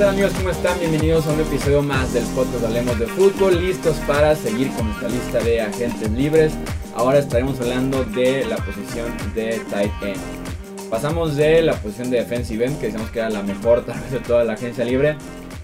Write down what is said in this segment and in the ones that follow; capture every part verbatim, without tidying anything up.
tal amigos? ¿Cómo están? Bienvenidos a un episodio más del podcast Hablemos de Fútbol, listos para seguir con nuestra lista de agentes libres. Ahora estaremos hablando de la posición de tight end. Pasamos de la posición de defensive end, que decíamos que era la mejor tal vez de toda la agencia libre,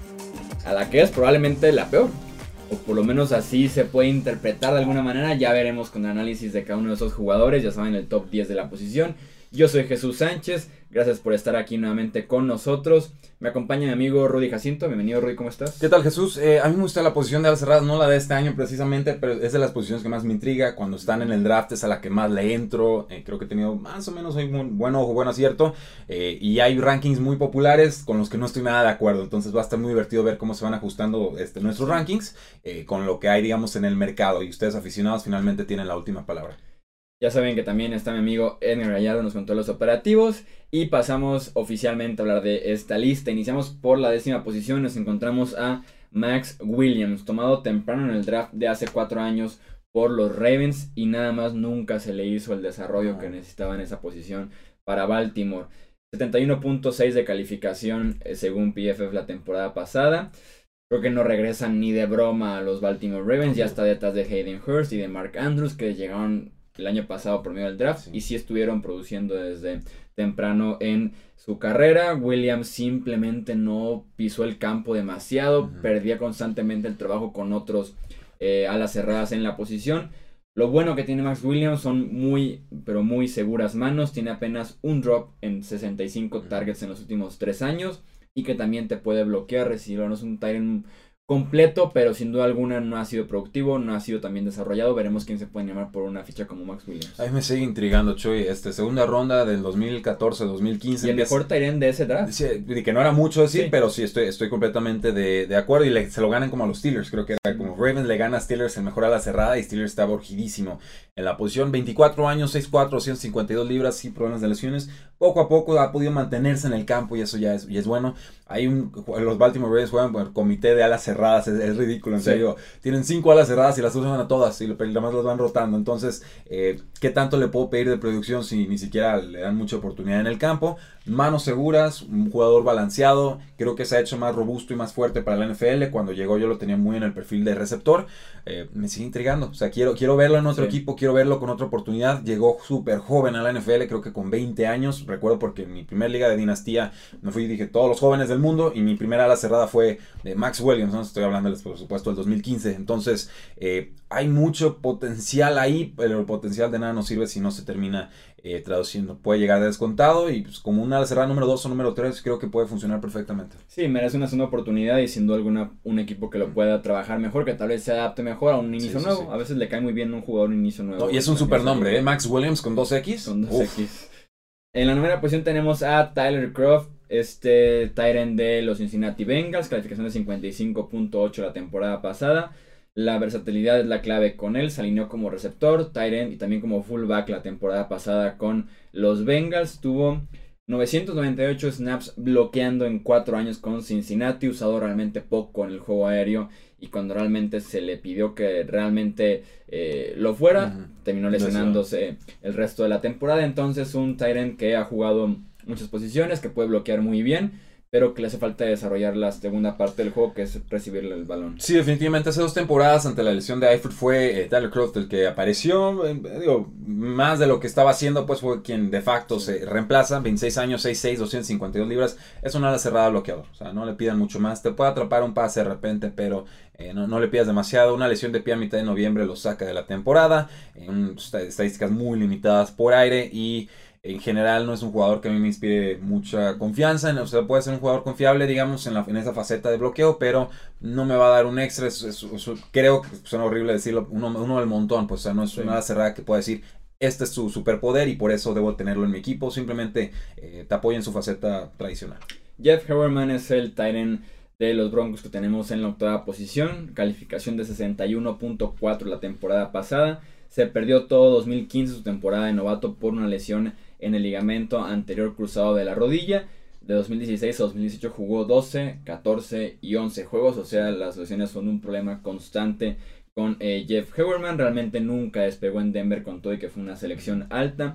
a la que es probablemente la peor, o por lo menos así se puede interpretar de alguna manera. Ya veremos con el análisis de cada uno de esos jugadores, ya saben, el top diez de la posición. Yo soy Jesús Sánchez, gracias por estar aquí nuevamente con nosotros. Me acompaña mi amigo Rudy Jacinto. Bienvenido, Rudy, ¿cómo estás? ¿Qué tal, Jesús? Eh, a mí me gusta la posición de alas cerradas, no la de este año precisamente, pero es de las posiciones que más me intriga. Cuando están en el draft es a la que más le entro. Eh, creo que he tenido más o menos un buen ojo, buen acierto. Eh, y hay rankings muy populares con los que no estoy nada de acuerdo. Entonces va a estar muy divertido ver cómo se van ajustando este, nuestros rankings eh, con lo que hay, digamos, en el mercado. Y ustedes, aficionados, finalmente tienen la última palabra. Ya saben que también está mi amigo Edgar Gallardo en los controles operativos. Y pasamos oficialmente a hablar de esta lista. Iniciamos por la décima posición. Nos encontramos a Maxx Williams, tomado temprano en el draft de hace cuatro años por los Ravens. Y nada más nunca se le hizo el desarrollo que necesitaba en esa posición para Baltimore. setenta y uno punto seis de calificación según P F F la temporada pasada. Creo que no regresan ni de broma a los Baltimore Ravens. Ya está detrás de Hayden Hurst y de Mark Andrews, que llegaron el año pasado por medio del draft, sí. Y sí estuvieron produciendo desde temprano en su carrera. Williams simplemente no pisó el campo demasiado, uh-huh. Perdía constantemente el trabajo con otros eh, alas cerradas en la posición. Lo bueno que tiene Maxx Williams son muy, pero muy seguras manos. Tiene apenas un drop en sesenta y cinco uh-huh. targets en los últimos tres años, y que también te puede bloquear, recibir. No es un tight end completo, pero sin duda alguna no ha sido productivo, no ha sido también desarrollado. Veremos quién se puede llamar por una ficha como Maxx Williams. A mí me sigue intrigando, Chuy. Este, segunda ronda del dos mil catorce dos mil quince. Y el mejor tight end de ese draft. Sí, que no era mucho decir, sí. Pero sí estoy, estoy completamente de, de acuerdo. Y le, se lo ganan como a los Steelers. Creo que era como Ravens le gana a Steelers el mejor a la cerrada, y Steelers estaba urgidísimo en la posición. veinticuatro años, seis cuatro, ciento cincuenta y dos libras, sí, problemas de lesiones. Poco a poco ha podido mantenerse en el campo, y eso ya es, ya es bueno. Hay un, los Baltimore Ravens juegan por el comité de alas cerradas, es, es ridículo, en sí. serio. Tienen cinco alas cerradas y las usan a todas, y además las van rotando. Entonces, eh, ¿qué tanto le puedo pedir de producción si ni siquiera le dan mucha oportunidad en el campo? Manos seguras, un jugador balanceado. Creo que se ha hecho más robusto y más fuerte para la N F L. Cuando llegó yo lo tenía muy en el perfil de receptor. Eh, me sigue intrigando. O sea, quiero, quiero verlo en otro sí. equipo, quiero verlo con otra oportunidad. Llegó súper joven a la N F L, creo que con veinte años. Recuerdo porque en mi primer liga de dinastía me fui y dije todos los jóvenes del mundo, y mi primera ala cerrada fue de Maxx Williams, ¿no? Estoy hablando por supuesto del dos mil quince. Entonces eh, hay mucho potencial ahí, pero el potencial de nada nos sirve si no se termina eh, traduciendo. Puede llegar de descontado, y pues, como una ala cerrada número dos o número tres, creo que puede funcionar perfectamente. Sí, merece una segunda oportunidad, y sin duda alguna un equipo que lo pueda trabajar mejor, que tal vez se adapte mejor a un inicio sí, nuevo. Sí, sí. A veces le cae muy bien a un jugador un inicio nuevo. No, y es un super nombre, ¿eh? Maxx Williams con dos X. Con dos X. En la novena posición tenemos a Tyler Kroft, este tight end de los Cincinnati Bengals, calificación de cincuenta y cinco punto ocho la temporada pasada. La versatilidad es la clave con él, se alineó como receptor, tight end y también como fullback la temporada pasada con los Bengals. Tuvo novecientos noventa y ocho snaps bloqueando en cuatro años con Cincinnati, usado realmente poco en el juego aéreo, y cuando realmente se le pidió que realmente eh, lo fuera, uh-huh. terminó lesionándose el resto de la temporada. Entonces un tight end que ha jugado muchas posiciones, que puede bloquear muy bien, pero que le hace falta desarrollar la segunda parte del juego, que es recibirle el balón. Sí, definitivamente. Hace dos temporadas, ante la lesión de Eifert, fue eh, Tyler Kroft el que apareció. Eh, digo, más de lo que estaba haciendo, pues fue quien de facto se reemplaza. veintiséis años, seis seis, doscientas cincuenta y dos libras. Es una ala cerrada bloqueador. O sea, no le pidan mucho más. Te puede atrapar un pase de repente, pero eh, no, no le pidas demasiado. Una lesión de pie a mitad de noviembre lo saca de la temporada. Eh, un, estadísticas muy limitadas por aire, y en general no es un jugador que a mí me inspire mucha confianza. O sea, puede ser un jugador confiable, digamos, en, la, en esa faceta de bloqueo, pero no me va a dar un extra. Es, es, es, creo que suena horrible decirlo, uno, uno del montón. Pues, o sea, no es sí. una cerrada que pueda decir este es su superpoder y por eso debo tenerlo en mi equipo. Simplemente eh, te apoya en su faceta tradicional. Jeff Heuerman es el tight end de los Broncos que tenemos en la octava posición. Calificación de sesenta y uno punto cuatro la temporada pasada. Se perdió todo dos mil quince, su temporada de novato, por una lesión en el ligamento anterior cruzado de la rodilla. De dos mil dieciséis a dos mil dieciocho jugó doce, catorce y once juegos. O sea, las lesiones son un problema constante con eh, Jeff Heuerman. Realmente nunca despegó en Denver, con todo y que fue una selección alta.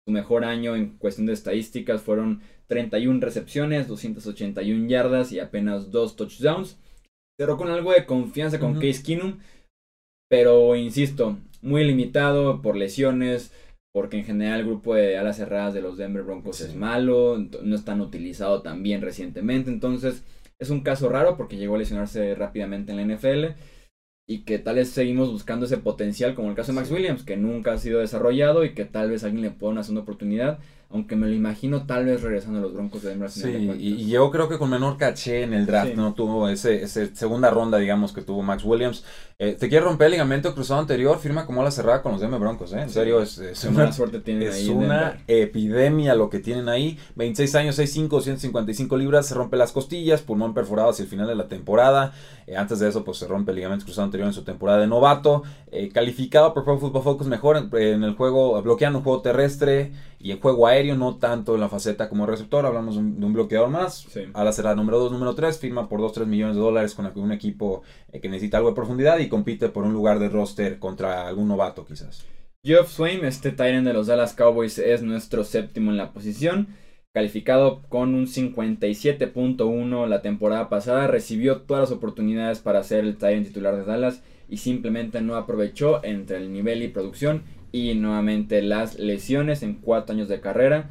su mejor año en cuestión de estadísticas fueron treinta y una recepciones, doscientas ochenta y una yardas y apenas dos touchdowns. Cerró con algo de confianza con uh-huh. Case Keenum, pero insisto, muy limitado por lesiones, porque en general el grupo de alas cerradas de los Denver Broncos sí. es malo, no están utilizado tan bien recientemente, entonces es un caso raro porque llegó a lesionarse rápidamente en la N F L y que tal vez seguimos buscando ese potencial como el caso de Max sí. Williams, que nunca ha sido desarrollado y que tal vez alguien le pueda una segunda oportunidad, aunque me lo imagino tal vez regresando a los Broncos de Denver. Sí, y, y yo creo que con menor caché en el draft, sí. no tuvo ese, ese segunda ronda, digamos, que tuvo Max Williams. Eh, te quiere romper el ligamento cruzado anterior, firma como ala cerrada con los Denver Broncos, ¿eh? En sí. serio, es, es una, suerte tienen es ahí una epidemia lo que tienen ahí. veintiséis años, seis cinco, ciento cincuenta y cinco libras, se rompe las costillas, pulmón perforado hacia el final de la temporada. Eh, antes de eso, pues se rompe el ligamento cruzado anterior en su temporada de novato. Eh, calificado por Pro Football Focus mejor en, en el juego, bloqueando el juego terrestre y el juego aéreo, no tanto en la faceta como receptor. Hablamos de un, de un bloqueador más. Sí. A la cerrada número dos, número tres, firma por dos tres millones de dólares con un equipo eh, que necesita algo de profundidad y compite por un lugar de roster contra algún novato quizás. Geoff Swain, este tight end de los Dallas Cowboys, es nuestro séptimo en la posición. Calificado con un cincuenta y siete punto uno la temporada pasada, recibió todas las oportunidades para ser el tight end titular de Dallas y simplemente no aprovechó entre el nivel y producción y nuevamente las lesiones en cuatro años de carrera.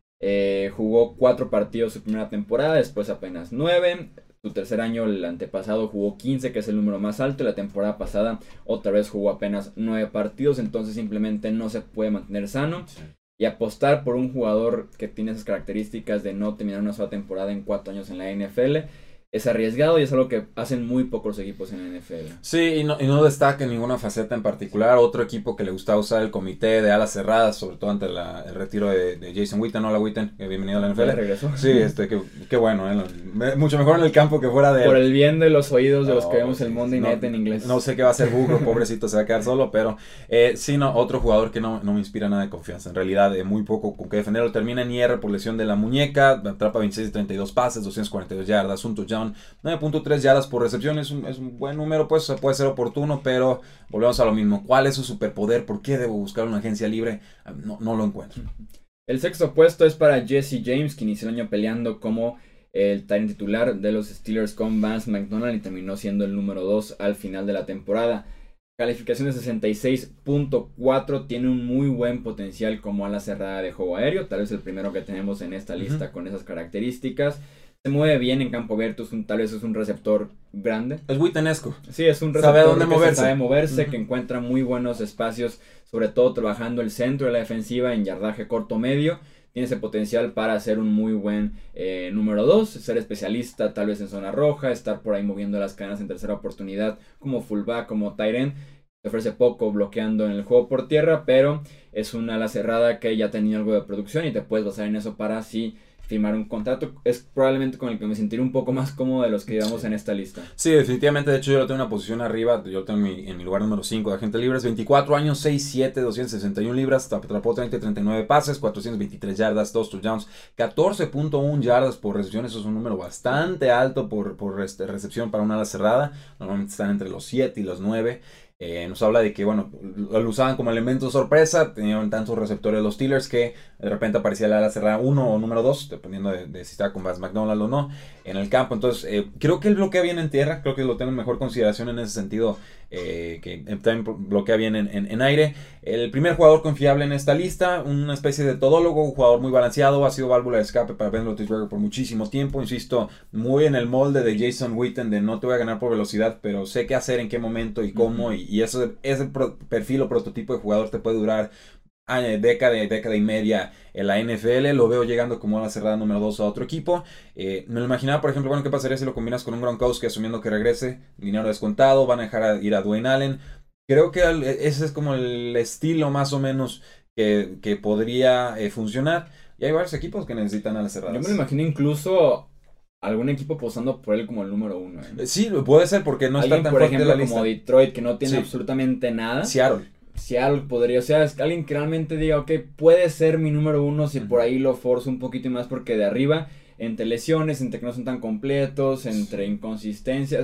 Eh, jugó cuatro partidos su primera temporada, después apenas nueve. Su tercer año, el antepasado, jugó quince, que es el número más alto. Y la temporada pasada otra vez jugó apenas nueve partidos, entonces simplemente no se puede mantener sano. Sí. Y apostar por un jugador que tiene esas características de no terminar una sola temporada en cuatro años en la N F L es arriesgado y es algo que hacen muy pocos equipos en la N F L. Sí, y no, y no destaca en ninguna faceta en particular. Otro equipo que le gusta usar el comité de alas cerradas, sobre todo ante la, el retiro de, de Jason Witten. Hola Witten, bienvenido a la N F L. Regresó. Sí, este, qué, qué bueno, ¿eh? Mucho mejor en el campo que fuera de él. Por el bien de los oídos de no, los que vemos el sí, Monday no, Night en inglés. No sé qué va a hacer Bugro, pobrecito, se va a quedar solo, pero eh, sí, no, otro jugador que no, no me inspira nada de confianza. En realidad, eh, muy poco con que defenderlo. Termina en I R por lesión de la muñeca, atrapa veintiséis de treinta y dos pases, doscientas cuarenta y dos yardas, un touchdown, nueve punto tres yardas por recepción, es un, es un buen número, pues puede ser oportuno, pero volvemos a lo mismo. ¿Cuál es su superpoder? ¿Por qué debo buscar una agencia libre? No, no lo encuentro. El sexto puesto es para Jesse James, que inició el año peleando como el tight end titular de los Steelers con Vance McDonald y terminó siendo el número dos al final de la temporada. Calificación de sesenta y seis punto cuatro, tiene un muy buen potencial como ala cerrada de juego aéreo, tal vez el primero que tenemos en esta lista uh-huh. con esas características. Se mueve bien en campo abierto, es un, tal vez es un receptor grande. Es Wittenesco. Sí, es un receptor sabe dónde que moverse. sabe moverse, uh-huh. que encuentra muy buenos espacios, sobre todo trabajando el centro de la defensiva en yardaje corto medio. Tiene ese potencial para ser un muy buen eh, número dos, ser especialista tal vez en zona roja, estar por ahí moviendo las cadenas en tercera oportunidad como fullback, como tight end. Se ofrece poco bloqueando en el juego por tierra, pero es una ala cerrada que ya tenía algo de producción y te puedes basar en eso para así firmar un contrato. Es probablemente con el que me sentiré un poco más cómodo de los que llevamos sí. en esta lista. Sí, definitivamente. De hecho, yo lo tengo en una posición arriba. Yo lo tengo en mi, en mi lugar número cinco de agente libres. veinticuatro años, seis siete, doscientas sesenta y una libras. Atrapó treinta y treinta y nueve pases, cuatrocientas veintitrés yardas, dos touchdowns, catorce punto uno yardas por recepción. Eso es un número bastante alto por, por este, recepción para una ala cerrada. Normalmente están entre los siete y los nueve. Eh, nos habla de que, bueno, lo usaban como elemento sorpresa, tenían tantos receptores los Steelers que de repente aparecía la ala cerrada uno o número dos, dependiendo de, de si estaba con Vance McDonald o no, en el campo. Entonces, eh, creo que él bloquea bien en tierra, creo que lo tengo en mejor consideración en ese sentido, eh, que también bloquea bien en, en, en aire. El primer jugador confiable en esta lista, una especie de todólogo, un jugador muy balanceado, ha sido válvula de escape para Ben Roethlisberger por muchísimo tiempo, insisto, muy en el molde de Jason Witten, de no te voy a ganar por velocidad, pero sé qué hacer, en qué momento y cómo, uh-huh. y, y eso, ese pro, perfil o prototipo de jugador te puede durar año, década, década y media en la N F L. Lo veo llegando como a la cerrada número dos a otro equipo. Eh, me lo imaginaba, por ejemplo, bueno, ¿qué pasaría si lo combinas con un Gronkowski asumiendo que regrese? Dinero descontado, van a dejar a ir a Dwayne Allen. Creo que ese es como el estilo más o menos que, que podría eh, funcionar. Y hay varios equipos que necesitan a las cerradas. Yo me lo imagino incluso algún equipo posando por él como el número uno. ¿eh? Sí, puede ser porque no alguien, está tan por fuerte ejemplo, la lista. Como Detroit, que no tiene sí. absolutamente nada. Seattle. Seattle podría, o sea, es alguien que realmente diga, ok, puede ser mi número uno si uh-huh. por ahí lo forzo un poquito más, porque de arriba, entre lesiones, entre que no son tan completos, entre inconsistencias,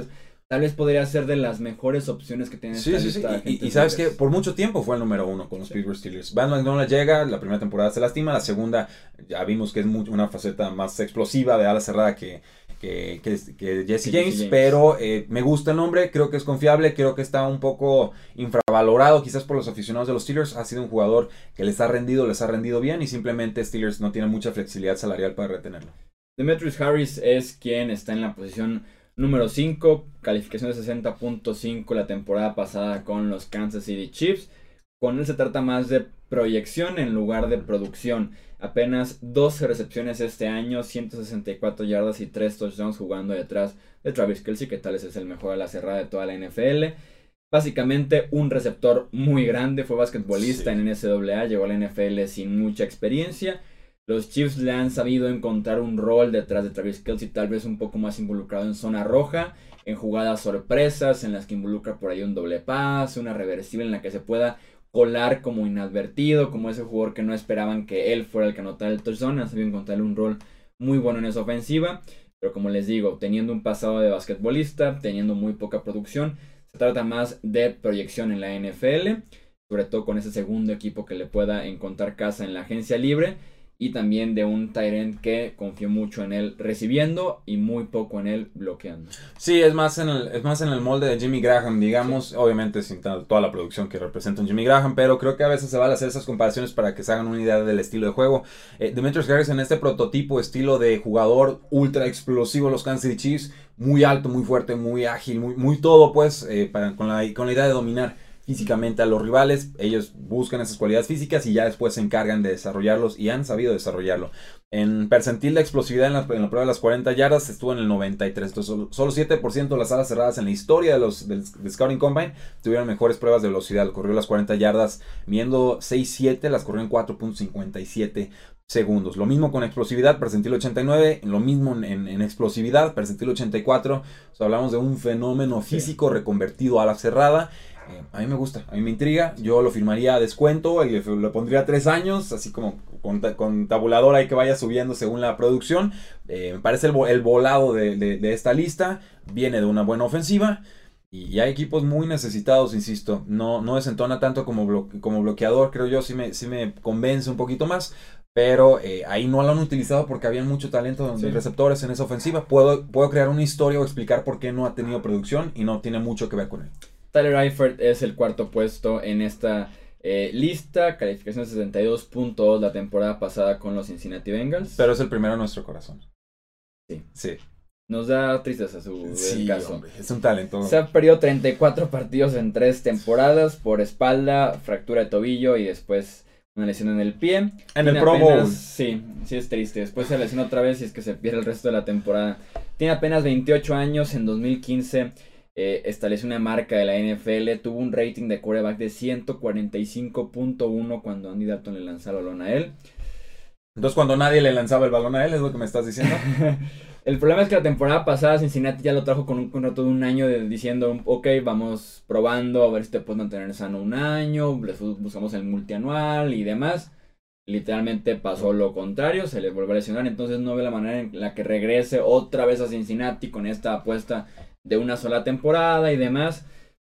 tal vez podría ser de las mejores opciones que tiene sí, esta sí, lista. Sí, y, y sabes que por mucho tiempo fue el número uno con los sí. Pittsburgh Steelers. Van McDonald llega, la primera temporada se lastima, la segunda ya vimos que es muy, una faceta más explosiva de ala cerrada que, que, que, que Jesse sí, James, James, pero eh, me gusta el nombre, creo que es confiable, creo que está un poco infravalorado quizás por los aficionados de los Steelers. Ha sido un jugador que les ha rendido, les ha rendido bien y simplemente Steelers no tiene mucha flexibilidad salarial para retenerlo. Demetrius Harris es quien está en la posición número cinco, calificación de sesenta punto cinco la temporada pasada con los Kansas City Chiefs. Con él se trata más de proyección en lugar de producción. Apenas doce recepciones este año, ciento sesenta y cuatro yardas y tres touchdowns jugando detrás de Travis Kelce, que tal vez es el mejor a la cerrada de toda la N F L. Básicamente un receptor muy grande, fue basquetbolista sí. en N C A A, llegó a la N F L sin mucha experiencia. Los Chiefs le han sabido encontrar un rol detrás de Travis Kelce, tal vez un poco más involucrado en zona roja, en jugadas sorpresas, en las que involucra por ahí un doble pase, una reversible en la que se pueda colar como inadvertido, como ese jugador que no esperaban que él fuera el que anotara el touchdown. Han sabido encontrarle un rol muy bueno en esa ofensiva, pero como les digo, teniendo un pasado de basquetbolista, teniendo muy poca producción, se trata más de proyección en la N F L, sobre todo con ese segundo equipo que le pueda encontrar casa en la agencia libre. Y también de un tight end que confió mucho en él recibiendo y muy poco en él bloqueando. Sí, es más en el, es más en el molde de Jimmy Graham, digamos. Sí. Obviamente sin toda la producción que representa un Jimmy Graham, pero creo que a veces se vale hacer esas comparaciones para que se hagan una idea del estilo de juego. Eh, Demetrius Harris en este prototipo, estilo de jugador ultra explosivo, los Kansas City Chiefs, muy alto, muy fuerte, muy ágil, muy, muy todo, pues, eh, para, con, la, con la idea de dominar físicamente a los rivales. Ellos buscan esas cualidades físicas y ya después se encargan de desarrollarlos y han sabido desarrollarlo. En percentil de explosividad en la, en la prueba de las cuarenta yardas estuvo en el noventa y tres. Entonces, solo, solo siete por ciento de las alas cerradas en la historia de los del, del Scouting Combine tuvieron mejores pruebas de velocidad. Corrió las cuarenta yardas midiendo seis siete, las corrió en cuatro punto cincuenta y siete segundos. Lo mismo con explosividad, percentil ochenta y nueve, lo mismo en, en explosividad, percentil ochenta y cuatro. O sea, hablamos de un fenómeno físico reconvertido a la cerrada. Eh, a mí me gusta, a mí me intriga, yo lo firmaría a descuento, le, le pondría tres años, así como con, con tabulador ahí que vaya subiendo según la producción. Eh, me parece el, el volado de, de, de esta lista, viene de una buena ofensiva y, y hay equipos muy necesitados, insisto, no, no desentona tanto como, blo, como bloqueador, creo yo, sí me, sí me convence un poquito más. Pero eh, ahí no lo han utilizado porque había mucho talento de sí. receptores en esa ofensiva. Puedo, puedo crear una historia o explicar por qué no ha tenido producción y no tiene mucho que ver con él. Tyler Eifert es el cuarto puesto en esta eh, lista, calificación sesenta y dos punto dos la temporada pasada con los Cincinnati Bengals. Pero es el primero en nuestro corazón. Sí. Sí. Nos da tristeza su sí, caso. Hombre, es un talento. Se ha perdido treinta y cuatro partidos en tres temporadas por espalda, fractura de tobillo y después una lesión en el pie. En Tiene el Pro Bowl. Sí, sí es triste. Después se lesiona otra vez y es que se pierde el resto de la temporada. Tiene apenas veintiocho años, en dos mil quince eh, estableció una marca de la N F L. Tuvo un rating de quarterback de ciento cuarenta y cinco punto uno cuando Andy Dalton le lanzaba el balón a él. Entonces cuando nadie le lanzaba el balón a él, ¿es lo que me estás diciendo? El problema es que la temporada pasada Cincinnati ya lo trajo con un contrato de un año de, diciendo, ok, vamos probando a ver si te puedes mantener sano un año, buscamos el multianual y demás. Literalmente pasó lo contrario, se le volvió a lesionar, entonces no ve la manera en la que regrese otra vez a Cincinnati con esta apuesta de una sola temporada y demás.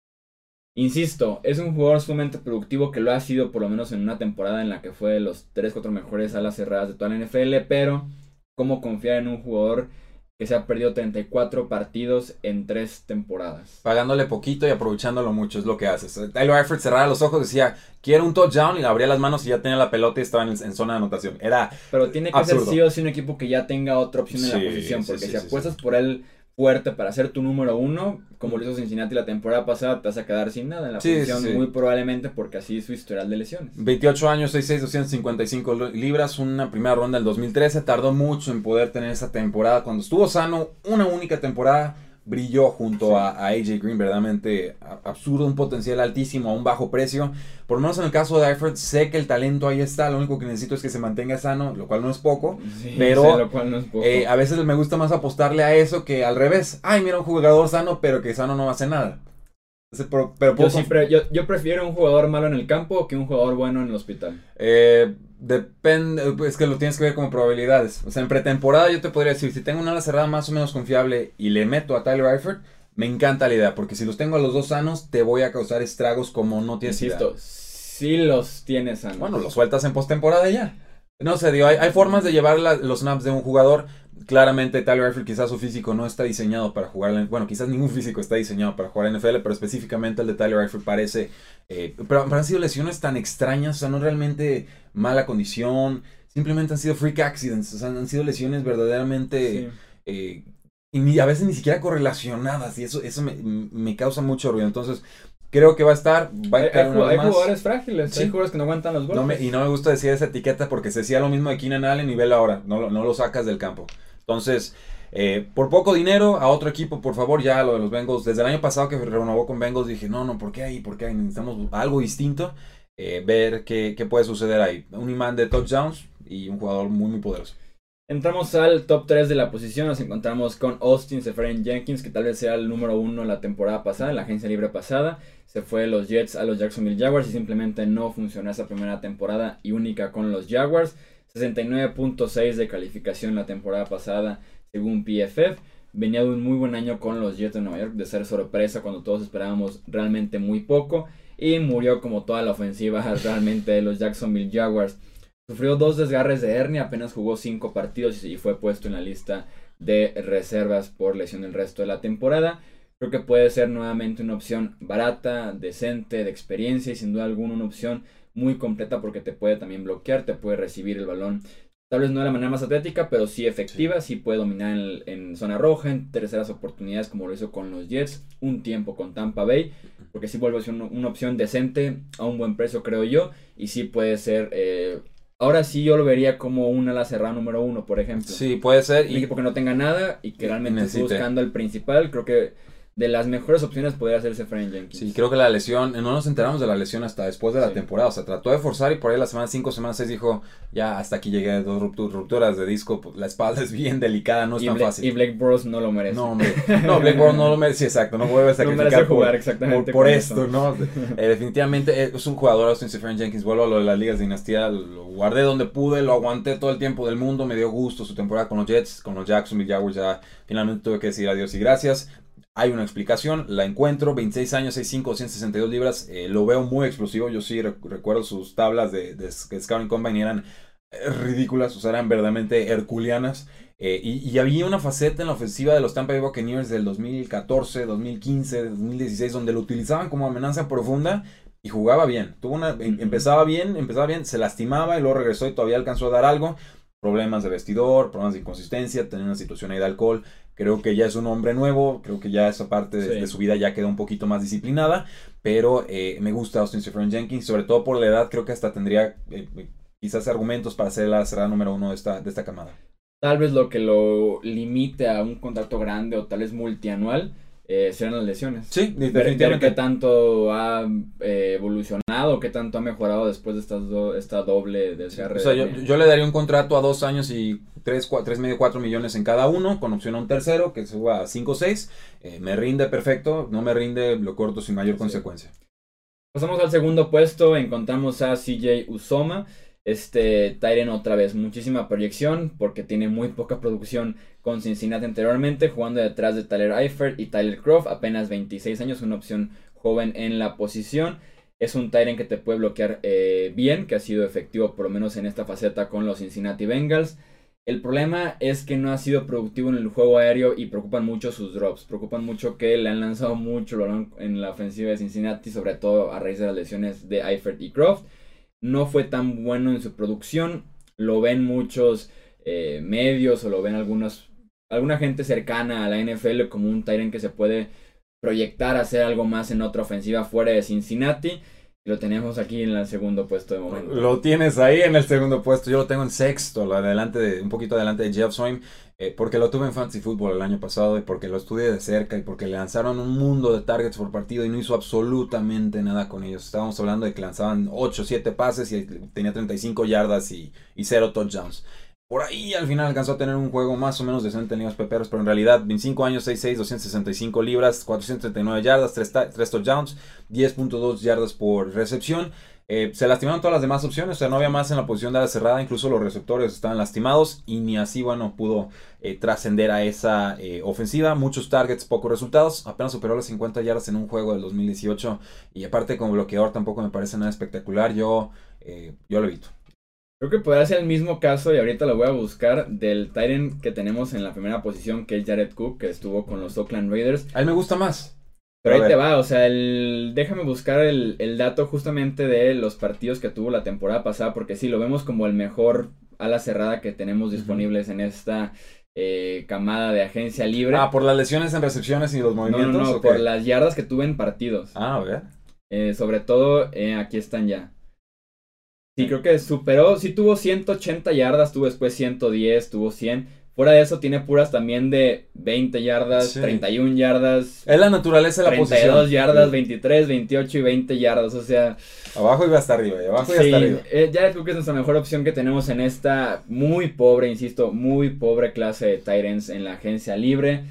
Insisto, es un jugador sumamente productivo que lo ha sido por lo menos en una temporada en la que fue de los tres cuatro mejores alas cerradas de toda la N F L, pero ¿cómo confiar en un jugador que se ha perdido treinta y cuatro partidos en tres temporadas? Pagándole poquito y aprovechándolo mucho, es lo que haces. Tyler Eifert cerraba los ojos, decía, quiero un touchdown, y le abría las manos y ya tenía la pelota y estaba en, en zona de anotación. Era Pero tiene que absurdo. ser sí o sí un equipo que ya tenga otra opción en sí, la posición, porque sí, sí, si apuestas sí. por él fuerte para ser tu número uno, como lo hizo Cincinnati la temporada pasada, te vas a quedar sin nada en la sí, posición, sí. muy probablemente porque así es su historial de lesiones. veintiocho años, seis seis, doscientas cincuenta y cinco libras, una primera ronda del dos mil trece, tardó mucho en poder tener esa temporada. Cuando estuvo sano, una única temporada, brilló junto sí. a, a A J Green, verdaderamente absurdo, un potencial altísimo a un bajo precio. Por lo menos en el caso de Eifert, sé que el talento ahí está, lo único que necesito es que se mantenga sano, lo cual no es poco, sí, pero sí, lo cual no es poco. Eh, a veces me gusta más apostarle a eso que al revés. Ay, mira, un jugador sano, pero que sano no hace nada. Pero, pero yo, siempre, yo, yo prefiero un jugador malo en el campo que un jugador bueno en el hospital. Eh, depende, es que lo tienes que ver como probabilidades. O sea, en pretemporada yo te podría decir, si tengo una ala cerrada más o menos confiable y le meto a Tyler Eifert, me encanta la idea, porque si los tengo a los dos sanos, te voy a causar estragos como no tienes idea. Insisto, si los tienes sanos. Bueno, los sueltas en postemporada y ya. No sé, digo, hay, hay formas de llevar la, los snaps de un jugador. Claramente Tyler Eifert, quizás su físico no está diseñado para jugar, en, bueno, quizás ningún físico está diseñado para jugar en N F L, pero específicamente el de Tyler Eifert parece, eh, pero, pero han sido lesiones tan extrañas, o sea, no realmente mala condición, simplemente han sido freak accidents, o sea, han sido lesiones verdaderamente, sí. eh, y ni, a veces ni siquiera correlacionadas, y eso, eso me, me causa mucho ruido. Entonces creo que va a estar. Va a hay hay, hay jugadores frágiles, sí. Hay jugadores que no aguantan los golpes. No me, y no me gusta decir esa etiqueta porque se decía lo mismo de Keenan Allen y velo ahora, no, no lo sacas del campo. Entonces, eh, por poco dinero, a otro equipo, por favor, ya lo de los Bengals. Desde el año pasado que renovó con Bengals, dije, no, no, ¿por qué ahí? ¿Por qué ahí? Necesitamos algo distinto, eh, ver qué, qué puede suceder ahí. Un imán de touchdowns y un jugador muy, muy poderoso. Entramos al top tres de la posición, nos encontramos con Austin Seferian-Jenkins, que tal vez sea el número uno la temporada pasada, en la agencia libre pasada. Se fue de los Jets a los Jacksonville Jaguars y simplemente no funcionó esa primera temporada y única con los Jaguars. sesenta y nueve punto seis de calificación la temporada pasada según P F F. Venía de un muy buen año con los Jets de Nueva York, de ser sorpresa cuando todos esperábamos realmente muy poco. Y murió como toda la ofensiva realmente de los Jacksonville Jaguars. Sufrió dos desgarres de hernia, apenas jugó cinco partidos y fue puesto en la lista de reservas por lesión el resto de la temporada. Creo que puede ser nuevamente una opción barata, decente, de experiencia y sin duda alguna una opción muy completa porque te puede también bloquear, te puede recibir el balón. Tal vez no de la manera más atlética, pero sí efectiva, sí, sí puede dominar en, en zona roja, en terceras oportunidades como lo hizo con los Jets, un tiempo con Tampa Bay, porque sí vuelve a ser una, una opción decente a un buen precio creo yo, y sí puede ser... Eh, Ahora sí yo lo vería como un ala cerrada número uno, por ejemplo. Sí, puede ser. Un equipo que no tenga nada y que realmente esté buscando el principal. Creo que de las mejores opciones podría ser Seferian-Jenkins. Sí, creo que la lesión, no nos enteramos de la lesión hasta después de la sí. temporada. O sea, trató de forzar y por ahí la semana cinco, semana seis dijo, ya hasta aquí llegué, dos rupturas de disco. Pues, la espalda es bien delicada, no es y tan Bla fácil. Y Blake Bortles no lo merece. No, hombre. No, Blake Bortles no lo merece, sí, exacto. No vuelve a sacrificar no merece por, jugar exactamente por, por esto, ¿no? eh, definitivamente es un jugador, Austin Seferian-Jenkins. Vuelvo a lo de las ligas de dinastía. Lo guardé donde pude, lo aguanté todo el tiempo del mundo. Me dio gusto su temporada con los Jets, con los Jacksonville Jaguars. Ya finalmente tuve que decir adiós y gracias. Hay una explicación, la encuentro, veintiséis años, seis cinco, ciento sesenta y dos libras, eh, lo veo muy explosivo, yo sí rec recuerdo sus tablas de, de, de Scouting Combine y eran ridículas, o sea, eran verdaderamente herculeanas, eh, y, y había una faceta en la ofensiva de los Tampa Bay Buccaneers del dos mil catorce, dos mil quince, dos mil dieciséis, donde lo utilizaban como amenaza profunda y jugaba bien, tuvo una, em, empezaba bien, empezaba bien, se lastimaba y luego regresó y todavía alcanzó a dar algo. Problemas de vestidor, problemas de inconsistencia, tenía una situación ahí de alcohol. Creo que ya es un hombre nuevo, creo que ya esa parte de, sí. de su vida ya queda un poquito más disciplinada, pero eh, me gusta Austin Seferian-Jenkins, sobre todo por la edad, creo que hasta tendría eh, quizás argumentos para ser la cerrada número uno de esta, de esta camada. Tal vez lo que lo limite a un contrato grande o tal vez multianual eh, serán las lesiones. Sí, definitivamente. Ver qué tanto ha eh, evolucionado, qué tanto ha mejorado después de estas do, esta doble desgarre. O sea, yo, yo le daría un contrato a dos años y tres, cuatro, tres medio, cuatro millones en cada uno, con opción a un tercero, que suba a cinco o seis. Eh, me rinde perfecto, no me rinde, lo corto sin mayor sí. consecuencia. Pasamos al segundo puesto, encontramos a C J Uzomah. Este Tyren otra vez, muchísima proyección porque tiene muy poca producción con Cincinnati anteriormente, jugando detrás de Tyler Eifert y Tyler Kroft, apenas veintiséis años, una opción joven en la posición. Es un Tyren que te puede bloquear eh, bien, que ha sido efectivo por lo menos en esta faceta con los Cincinnati Bengals. El problema es que no ha sido productivo en el juego aéreo y preocupan mucho sus drops. Preocupan mucho que le han lanzado mucho en la ofensiva de Cincinnati, sobre todo a raíz de las lesiones de Eifert y Kroft. No fue tan bueno en su producción. Lo ven muchos eh, medios o lo ven algunos, alguna gente cercana a la N F L como un Tyren que se puede proyectar a hacer algo más en otra ofensiva fuera de Cincinnati. Lo tenemos aquí en el segundo puesto de momento. Lo tienes ahí en el segundo puesto. Yo lo tengo en sexto, lo adelante de, un poquito adelante de Jeff Swaim, eh, porque lo tuve en Fantasy Football el año pasado y porque lo estudié de cerca y porque le lanzaron un mundo de targets por partido y no hizo absolutamente nada con ellos. Estábamos hablando de que lanzaban ocho o siete pases y tenía treinta y cinco yardas y, y cero touchdowns. Por ahí al final alcanzó a tener un juego más o menos decente en ligas peperos, pero en realidad veinticinco años, seis seis, doscientas sesenta y cinco libras, cuatrocientas treinta y nueve yardas, tres, tres touchdowns, diez punto dos yardas por recepción. Eh, se lastimaron todas las demás opciones, o sea, no había más en la posición de ala cerrada, incluso los receptores estaban lastimados y ni así, bueno, pudo eh, trascender a esa eh, ofensiva. Muchos targets, pocos resultados, apenas superó las cincuenta yardas en un juego del dos mil dieciocho y aparte como bloqueador tampoco me parece nada espectacular, yo, eh, yo lo evito. Creo que podrá ser el mismo caso, y ahorita lo voy a buscar, del tight end que tenemos en la primera posición, que es Jared Cook, que estuvo con los Oakland Raiders. A él me gusta más. Pero ahí te va, o sea, el, déjame buscar el, el dato justamente de los partidos que tuvo la temporada pasada, porque sí, lo vemos como el mejor ala cerrada que tenemos disponibles uh-huh. en esta eh, camada de agencia libre. Ah, por las lesiones en recepciones y los movimientos. No, no, no, okay. por las yardas que tuve en partidos. Ah, a ver. Eh, sobre todo, eh, aquí están ya. Sí, creo que superó, sí tuvo ciento ochenta yardas, tuvo después ciento diez, tuvo cien. Fuera de eso tiene puras también de veinte yardas, sí. treinta y una yardas. Es la naturaleza de la posición. treinta y dos yardas, sí. veintitrés, veintiocho y veinte yardas, o sea... Abajo y hasta arriba, y abajo y sí, hasta arriba. Eh, Jared Cook es nuestra mejor opción que tenemos en esta muy pobre, insisto, muy pobre clase de tight ends en la agencia libre.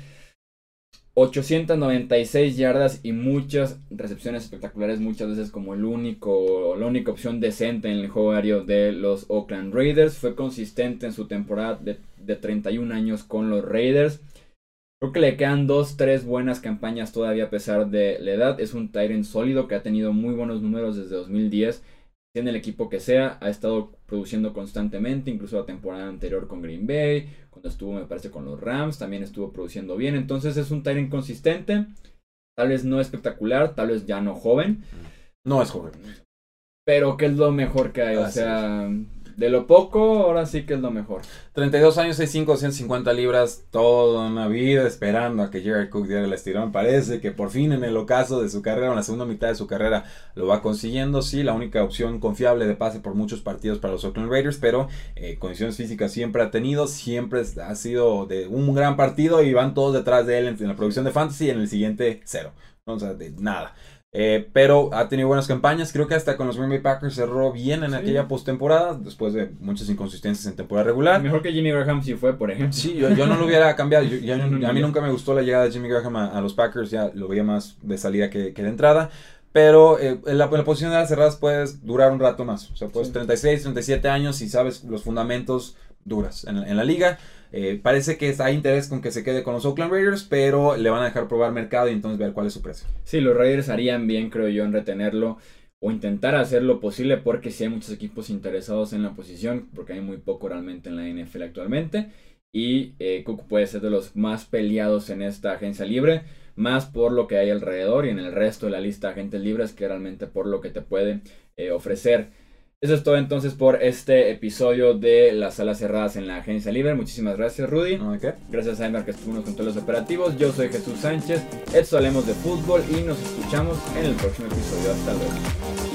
ochocientas noventa y seis yardas y muchas recepciones espectaculares, muchas veces como el único, la única opción decente en el juego aéreo de los Oakland Raiders. Fue consistente en su temporada de, de treinta y un años con los Raiders. Creo que le quedan dos, tres buenas campañas todavía a pesar de la edad. Es un tight end sólido que ha tenido muy buenos números desde dos mil diez. Tiene el equipo que sea, ha estado produciendo constantemente, incluso la temporada anterior con Green Bay, cuando estuvo me parece con los Rams, también estuvo produciendo bien. Entonces es un tight end consistente, tal vez no espectacular, tal vez ya no joven. No es joven. Pero que es lo mejor que hay, o Así sea... Es. De lo poco, ahora sí que es lo mejor. treinta y dos años, seis cinco, ciento cincuenta libras, toda una vida esperando a que Jared Cook diera el estirón. Parece que por fin en el ocaso de su carrera, en la segunda mitad de su carrera, lo va consiguiendo. Sí, la única opción confiable de pase por muchos partidos para los Oakland Raiders, pero eh, condiciones físicas siempre ha tenido, siempre ha sido de un gran partido y van todos detrás de él en, en la producción de fantasy y en el siguiente cero. No, o sea, de nada. Eh, pero ha tenido buenas campañas, creo que hasta con los Green Bay Packers cerró bien en sí. aquella postemporada, después de muchas inconsistencias en temporada regular. Mejor que Jimmy Graham si fue, por ejemplo. Sí, yo, yo no lo hubiera cambiado, yo, yo, a mí nunca me gustó la llegada de Jimmy Graham a, a los Packers, ya lo veía más de salida que, que de entrada. Pero eh, en, la, en la posición de las cerradas puedes durar un rato más, o sea, puedes sí. treinta y seis, treinta y siete años y sabes los fundamentos duras en, en la liga. Eh, parece que hay interés con que se quede con los Oakland Raiders, pero le van a dejar probar mercado y entonces ver cuál es su precio. Sí, los Raiders harían bien, creo yo, en retenerlo o intentar hacer lo posible, porque sí hay muchos equipos interesados en la posición, porque hay muy poco realmente en la N F L actualmente. Y eh, Cook puede ser de los más peleados en esta agencia libre, más por lo que hay alrededor y en el resto de la lista de agentes libres que realmente por lo que te puede eh, ofrecer. Eso es todo entonces por este episodio de las salas cerradas en la agencia libre. Muchísimas gracias, Rudy. Okay. Gracias a Aymar que estuvo en los controles operativos. Yo soy Jesús Sánchez. Esto Hablemos de Fútbol y nos escuchamos en el próximo episodio. Hasta luego.